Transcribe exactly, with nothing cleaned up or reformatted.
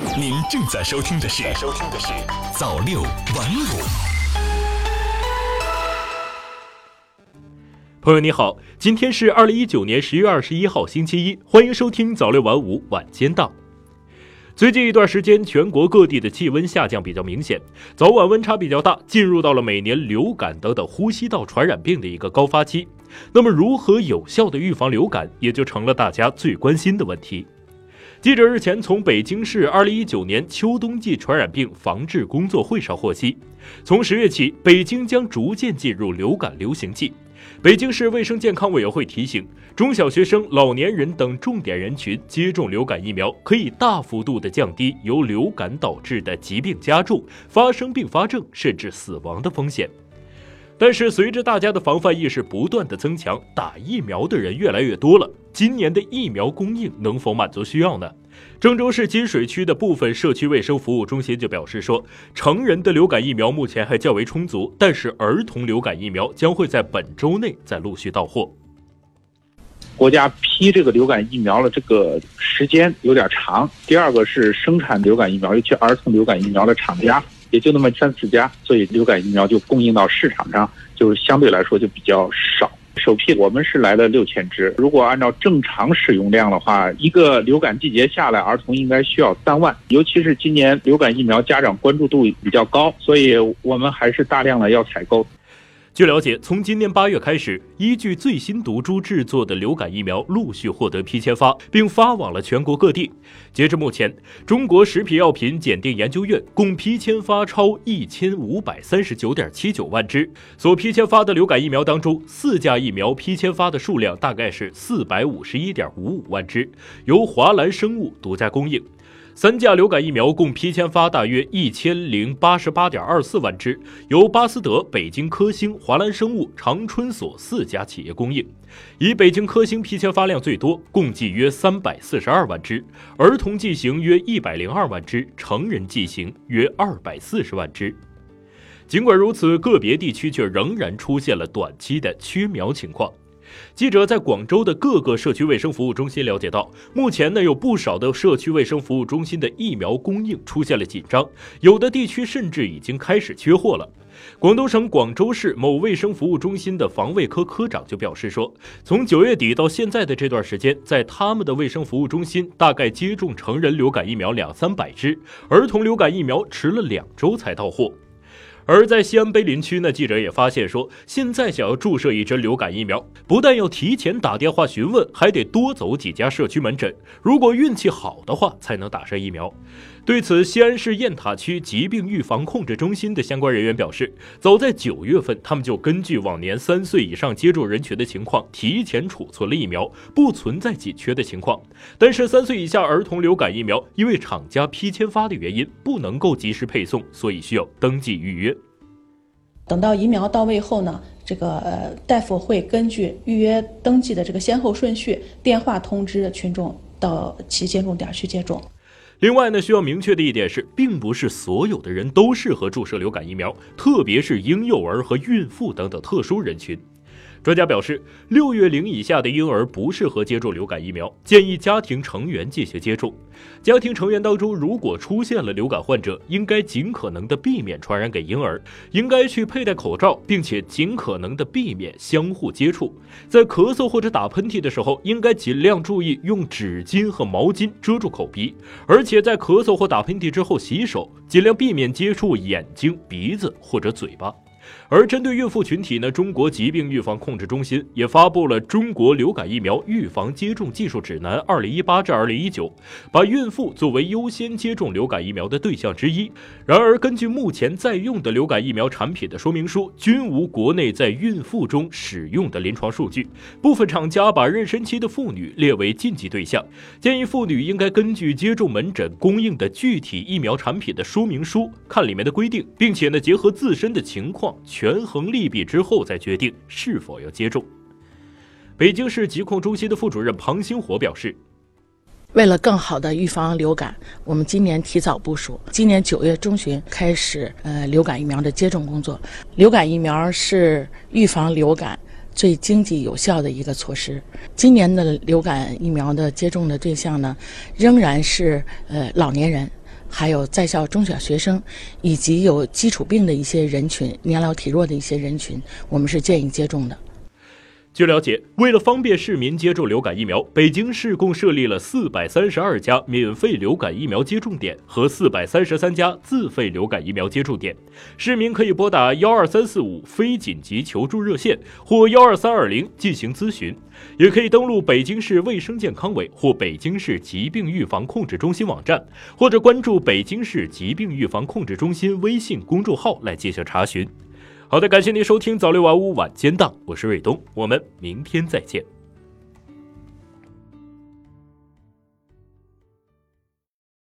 您正在收听的是收听的是早六晚五。 朋友你好，今天是二零一九年十月二十一号星期一，欢迎收听早六晚五晚间档。最近一段时间，全国各地的气温下降比较明显，早晚温差比较大，进入到了每年流感等等呼吸道传染病的一个高发期。那么，如何有效的预防流感，也就成了大家最关心的问题。记者日前从北京市二零一九年秋冬季传染病防治工作会上获悉，从十月起，北京将逐渐进入流感流行季。北京市卫生健康委员会提醒，中小学生、老年人等重点人群接种流感疫苗，可以大幅度地降低由流感导致的疾病加重、发生并发症甚至死亡的风险。但是随着大家的防范意识不断的增强，打疫苗的人越来越多了，今年的疫苗供应能否满足需要呢？郑州市金水区的部分社区卫生服务中心就表示说，成人的流感疫苗目前还较为充足，但是儿童流感疫苗将会在本周内再陆续到货。 国家批这个流感疫苗的这个时间有点长，第二个是生产流感疫苗，尤其儿童流感疫苗的厂家也就那么三四家，所以流感疫苗就供应到市场上就相对来说就比较少。首批我们是来了六千支，如果按照正常使用量的话，一个流感季节下来，儿童应该需要三万。尤其是今年流感疫苗家长关注度比较高，所以我们还是大量的要采购。 据了解，从今年八月开始，依据最新毒株制作的流感疫苗陆续获得批签发，并发往了全国各地。截至目前，中国食品药品检定研究院共批签发超一千五百三十九点七九万支。所批签发的流感疫苗当中，四价疫苗批签发的数量大概是四百五十一点五五万支，由华兰生物独家供应。三价流感疫苗共批签发大约一千零八十八点二四万支，由巴斯德、北京科兴、华兰生物、长春所四家企业供应。以北京科兴批签发量最多，共计约三百四十二万支，儿童剂型约一百零二万支，成人剂型约二百四十万支。尽管如此，个别地区却仍然出现了短期的缺苗情况。记者在广州的各个社区卫生服务中心了解到，目前呢有不少的社区卫生服务中心的疫苗供应出现了紧张，有的地区甚至已经开始缺货了。广东省广州市某卫生服务中心的防卫科科长就表示说，从九月底到现在的这段时间，在他们的卫生服务中心大概接种成人流感疫苗两三百支，儿童流感疫苗迟了两周才到货。而在西安碑林区呢，记者也发现说，现在想要注射一针流感疫苗，不但要提前打电话询问，还得多走几家社区门诊，如果运气好的话才能打上疫苗。对此，西安市雁塔区疾病预防控制中心的相关人员表示，早在九月份，他们就根据往年三岁以上接种人群的情况，提前储存了疫苗，不存在紧缺的情况。但是三岁以下儿童流感疫苗因为厂家批签发的原因，不能够及时配送，所以需要登记预约。 等到疫苗到位后呢，这个呃大夫会根据预约登记的这个先后顺序，电话通知群众到其接种点去接种。 另外呢，需要明确的一点是，并不是所有的人都适合注射流感疫苗，特别是婴幼儿和孕妇等等特殊人群。专家表示，六月龄以下的婴儿不适合接种流感疫苗，建议家庭成员进行接种。家庭成员当中如果出现了流感患者，应该尽可能的避免传染给婴儿，应该去佩戴口罩，并且尽可能的避免相互接触。在咳嗽或者打喷嚏的时候，应该尽量注意用纸巾和毛巾遮住口鼻，而且在咳嗽或打喷嚏之后洗手，尽量避免接触眼睛、鼻子或者嘴巴。而针对孕妇群体呢，中国疾病预防控制中心也发布了《中国流感疫苗预防接种技术指南（二零一八至二零一九）》，把孕妇作为优先接种流感疫苗的对象之一。然而，根据目前在用的流感疫苗产品的说明书，均无国内在孕妇中使用的临床数据。部分厂家把妊娠期的妇女列为禁忌对象，建议妇女应该根据接种门诊供应的具体疫苗产品的说明书，看里面的规定，并且呢，结合自身的情况，权衡利弊之后再决定是否要接种。北京市疾控中心的副主任庞星火表示， 为了更好的预防流感，我们今年提早部署，今年九月中旬开始呃流感疫苗的接种工作。流感疫苗是预防流感最经济有效的一个措施。今年的流感疫苗的接种的对象呢，仍然是呃老年人， 还有在校中小学生，以及有基础病的一些人群、年老体弱的一些人群，我们是建议接种的。 据了解，为了方便市民接种流感疫苗，北京市共设立了四百三十二家免费流感疫苗接种点和四百三十三家自费流感疫苗接种点。市民可以拨打幺二三四五非紧急求助热线或幺二三二零进行咨询，也可以登录北京市卫生健康委或北京市疾病预防控制中心网站，或者关注北京市疾病预防控制中心微信公众号来进行查询。好的，感谢您收听早六晚五晚间档，我是瑞东，我们明天再见。